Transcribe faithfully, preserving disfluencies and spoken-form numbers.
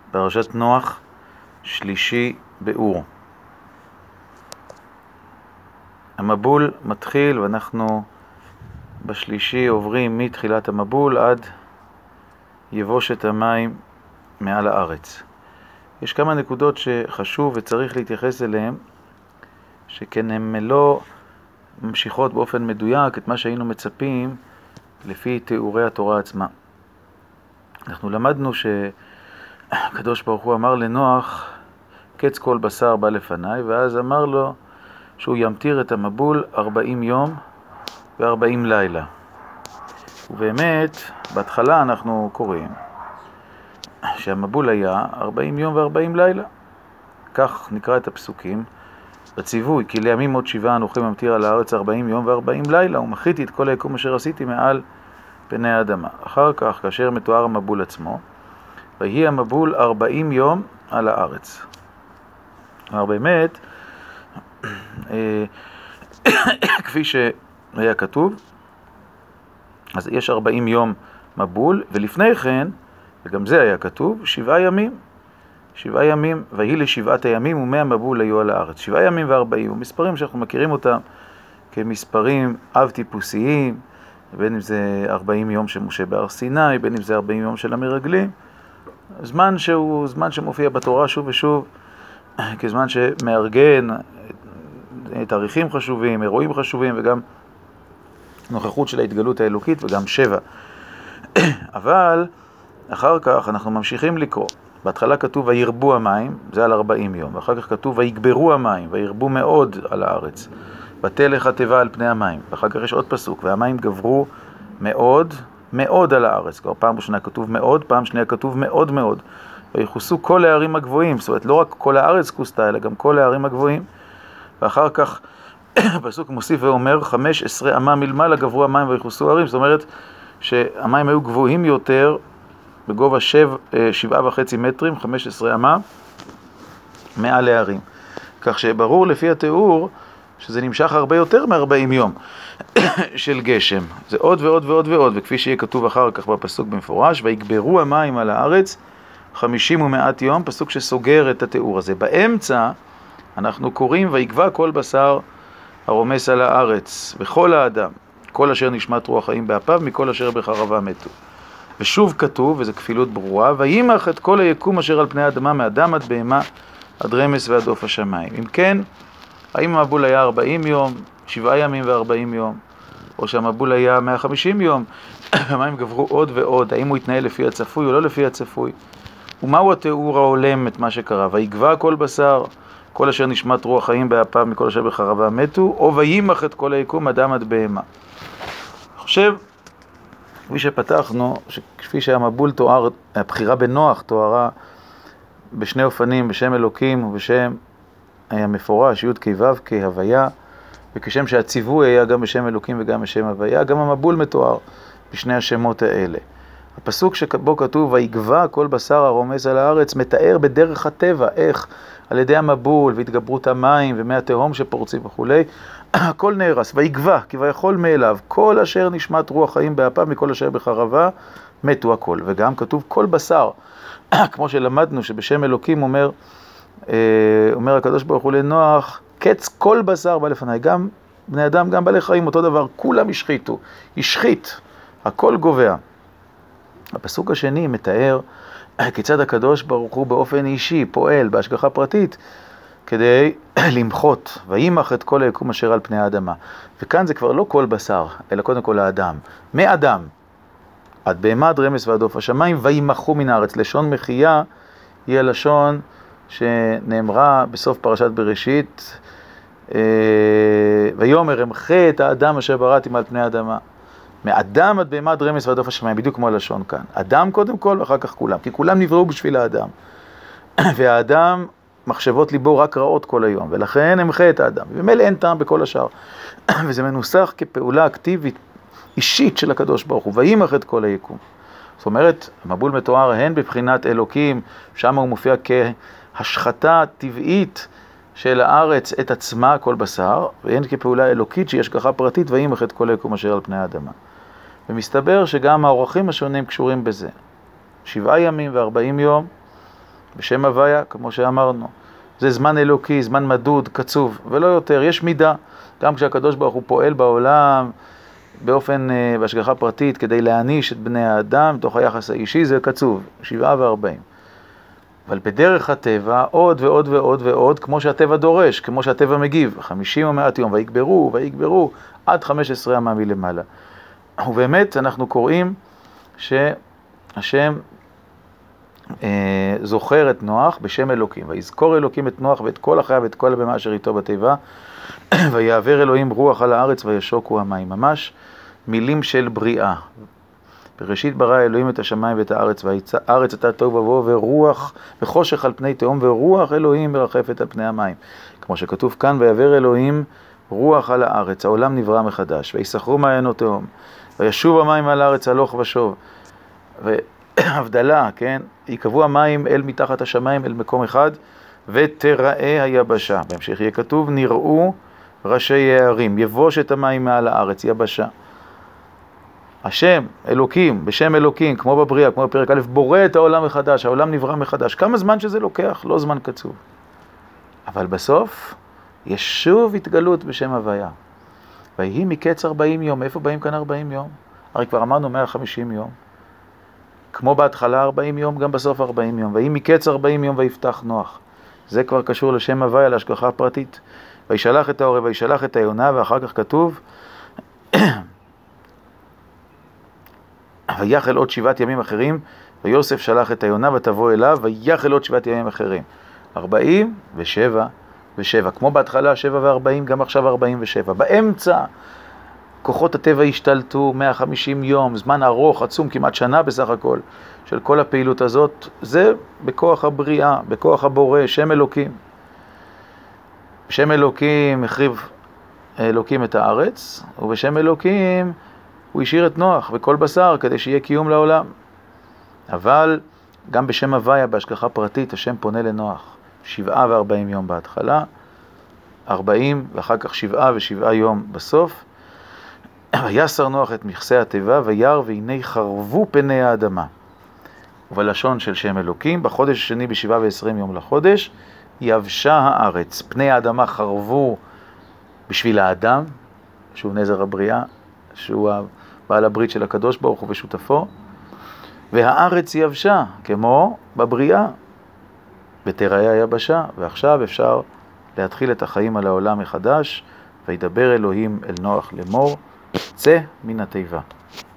פרשת נוח, שלישי באור. המבול מתחיל ואנחנו בשלישי עוברים מתחילת המבול עד יבושת המים מעל הארץ. יש כמה נקודות שחשוב וצריך להתייחס אליהן, שכן הן לא ממשיכות באופן מדויק את מה שהיינו מצפים לפי תיאורי התורה עצמה. אנחנו למדנו שהקדוש ברוך הוא אמר לנוח, קץ כל בשר בא לפניי, ואז אמר לו שהוא ימתיר את המבול ארבעים יום וארבעים לילה. ובאמת, בהתחלה אנחנו קוראים שהמבול היה ארבעים יום וארבעים לילה. כך נקרא את הפסוקים בציווי, כי לימים עוד שבעה אנוכי ממטיר על הארץ ארבעים יום וארבעים לילה, ומחיתי את כל היקום אשר עשיתי מעל פני האדמה. אחר כך, כאשר מתואר המבול עצמו, ויהי המבול ארבעים יום על הארץ. כלומר, באמת, כפי שהיה כתוב, אז יש ארבעים יום מבול, ולפני כן, וגם זה היה כתוב, שבעה ימים. שבעה ימים, ויהי לשבעת הימים ומאה מבול היו על הארץ. שבעה ימים וארבעים, ומספרים שאנחנו מכירים אותם כמספרים אב טיפוסיים, בין אם זה ארבעים יום של משה בהר סיני, בין אם זה ארבעים יום של המרגלים. זמן שהוא זמן שמופיע בתורה שוב ושוב, כזמן שמארגן תאריכים חשובים, אירועים חשובים, וגם נוכחות של ההתגלות האלוקית, וגם שבע. אבל אחר כך אנחנו ממשיכים לקרוא. בהתחלה כתוב וירבו המים, זה על ארבעים יום, ואחר כך כתוב ויגברו המים, וירבו מאוד על הארץ. ותלך התיבה על פני המים, ואחר כך יש עוד פסוק, והמים גברו מאוד, מאוד על הארץ. כבר פעם ראשונה כתוב מאוד, פעם שנייה כתוב מאוד מאוד. ויחוסו כל הערים הגבוהים, זאת אומרת לא רק כל הארץ כוסתה, אלא גם כל הערים הגבוהים. ואחר כך פסוק מוסיף ואומר, חמש עשרה אמה מלמעלה גברו המים ויחוסו הערים, זאת אומרת שהמים היו גבוהים יותר, בגובה שב, שבעה וחצי מטרים, חמש עשרה אמה, מעל הערים. כך שברור לפי התיאור שזה נמשך הרבה יותר מ-ארבעים יום של גשם. זה עוד ועוד ועוד ועוד, וכפי שיהיה כתוב אחר כך בפסוק במפורש, ויגברו המים על הארץ חמישים ומעט יום, פסוק שסוגר את התיאור הזה. באמצע אנחנו קוראים ויגבה כל בשר הרומס על הארץ, וכל האדם, כל אשר נשמת רוח חיים באפיו, מכל אשר בחרבה מתו. ושוב כתוב, וזו כפילות ברורה, וימח את כל היקום אשר על פני האדמה, מאדם עד בהמה, עד רמס ועד עוף השמיים. אם כן, האם המבול היה ארבעים יום, שבעה ימים וארבעים יום, או שהמבול היה מאה וחמישים יום, המים גברו עוד ועוד, האם הוא התנהל לפי הצפוי או לא לפי הצפוי? ומהו התיאור העולם את מה שקרה? ויגבה כל בשר, כל אשר נשמת רוח חיים באפיו, מכל אשר בחרבה מתו, או וימח את כל היקום, אדם עד בהמה. אני חושב, כפי שפתחנו, כפי שהמבול תואר, הבחירה בנוח תוארה בשני אופנים, בשם אלוקים ובשם המפורש, י' כ' ו' כהוויה, וכשם שהציווי היה גם בשם אלוקים וגם בשם הוויה, גם המבול מתואר בשני השמות האלה. הפסוק שבו כתוב, ויגבה כל בשר הרומס על הארץ, מתאר בדרך הטבע, איך על ידי המבול והתגברות המים ומי התהום שפורצים וכולי, הכל נהרס, ויגבה, כי ויכול מאליו, כל אשר נשמת רוח חיים באפיו, מכל אשר בחרבה, מתו הכל. וגם כתוב כל בשר, כמו שלמדנו שבשם אלוקים אומר, אומר הקדוש ברוך הוא לנוח, קץ כל בשר בא לפניי, גם בני אדם, גם בעלי חיים, אותו דבר, כולם השחיתו, השחית, הכל גובע. הפסוק השני מתאר כיצד הקדוש ברוך הוא באופן אישי פועל בהשגחה פרטית כדי למחות וימח את כל היקום אשר על פני האדמה. וכאן זה כבר לא כל בשר, אלא קודם כל האדם. מאדם עד בהמה עד רמס ועד עוף השמיים וימחו מן הארץ. לשון מחייה היא הלשון שנאמרה בסוף פרשת בראשית, ויאמר אמחה את האדם אשר בראתי מעל פני האדמה. מאדם עד בהמה עד רמס ועד עוף השמיים, בדיוק כמו הלשון כאן. אדם קודם כל ואחר כך כולם, כי כולם נבראו בשביל האדם. והאדם, מחשבות ליבו רק רעות כל היום, ולכן אמחה את האדם. ומילא אין טעם בכל השאר. וזה מנוסח כפעולה אקטיבית, אישית של הקדוש ברוך הוא, וימח את כל היקום. זאת אומרת, המבול מתואר הן בבחינת אלוקים, שם הוא מופיע כהשחתה טבעית של הארץ את עצמה, כל בשר, והן כפעולה אלוקית שהיא השגחה פרטית, וימח את כל היקום אשר על פני האדמה. ומסתבר שגם האורחים השונים קשורים בזה. שבעה ימים וארבעים יום, בשם הוויה, כמו שאמרנו. זה זמן אלוקי, זמן מדוד, קצוב, ולא יותר. יש מידה, גם כשהקדוש ברוך הוא פועל בעולם, באופן, בהשגחה פרטית, כדי להעניש את בני האדם, תוך היחס האישי, זה קצוב, שבעה וארבעים. אבל בדרך הטבע, עוד ועוד ועוד ועוד, כמו שהטבע דורש, כמו שהטבע מגיב, חמישים ומעט יום, ויקברו, ויקברו, עד חמש עשרה אמה מלמעלה. ובאמת, אנחנו קוראים שהשם אה, זוכר את נוח בשם אלוקים, ויזכור אלוקים את נוח ואת כל החיה ואת כל הבמה אשר איתו בתיבה, ויעבר אלוהים רוח על הארץ וישוקו המים. ממש מילים של בריאה. בראשית ברא אלוהים את השמיים ואת הארץ, והארץ הייתה תוהו ובוהו, ורוח וחושך על פני תהום, ורוח אלוהים מרחפת על פני המים. כמו שכתוב כאן, ויעבר אלוהים רוח על הארץ, העולם נברא מחדש, ויסחרו מעיינות תהום, וישוב המים על הארץ הלוך ושוב. והבדלה, כן? יקבעו המים אל מתחת השמיים, אל מקום אחד, ותראה היבשה. בהמשך יהיה כתוב, נראו ראשי הערים, יבוש את המים מעל הארץ, יבשה. השם, אלוקים, בשם אלוקים, כמו בבריאה, כמו בפרק א', בורא את העולם מחדש, העולם נברא מחדש. כמה זמן שזה לוקח? לא זמן קצוב. אבל בסוף, יש שוב התגלות בשם הוויה. ויהי מקץ ארבעים יום. איפה באים כאן ארבעים יום? הרי כבר אמרנו מאה וחמישים יום. כמו בהתחלה ארבעים יום, גם בסוף ארבעים יום. ויהי מקץ ארבעים יום ויפתח נוח. זה כבר קשור לשם הוויה, להשגחה פרטית. וישלח את העורב, וישלח את היונה, ואחר כך כתוב, ויחל עוד שבעת ימים אחרים, ויוסף שלח את היונה ותבוא אליו, ויחל עוד שבעת ימים אחרים. ארבעים ושבע ושבע. כמו בהתחלה שבע וארבעים, גם עכשיו ארבעים ושבע. באמצע, כוחות הטבע השתלטו מאה וחמישים יום, זמן ארוך, עצום, כמעט שנה בסך הכל, של כל הפעילות הזאת. זה בכוח הבריאה, בכוח הבורא, שם אלוקים. בשם אלוקים החריב אלוקים את הארץ, ובשם אלוקים הוא השאיר את נוח וכל בשר כדי שיהיה קיום לעולם. אבל גם בשם הוויה, בהשגחה פרטית, השם פונה לנוח. שבעה וארבעים יום בהתחלה, ארבעים ואחר כך שבעה ושבעה יום בסוף. ויסר נוח את מכסה התיבה וירא והנה חרבו פני האדמה. ובלשון של שם אלוקים, בחודש השני בשבעה ועשרים יום לחודש, יבשה הארץ. פני האדמה חרבו בשביל האדם, שהוא נזר הבריאה, שהוא בעל הברית של הקדוש ברוך הוא ושותפו, והארץ יבשה, כמו בבריאה, ותראה היבשה. ועכשיו אפשר להתחיל את החיים על העולם מחדש, וידבר אלוהים אל נוח לאמור, צא מן התיבה.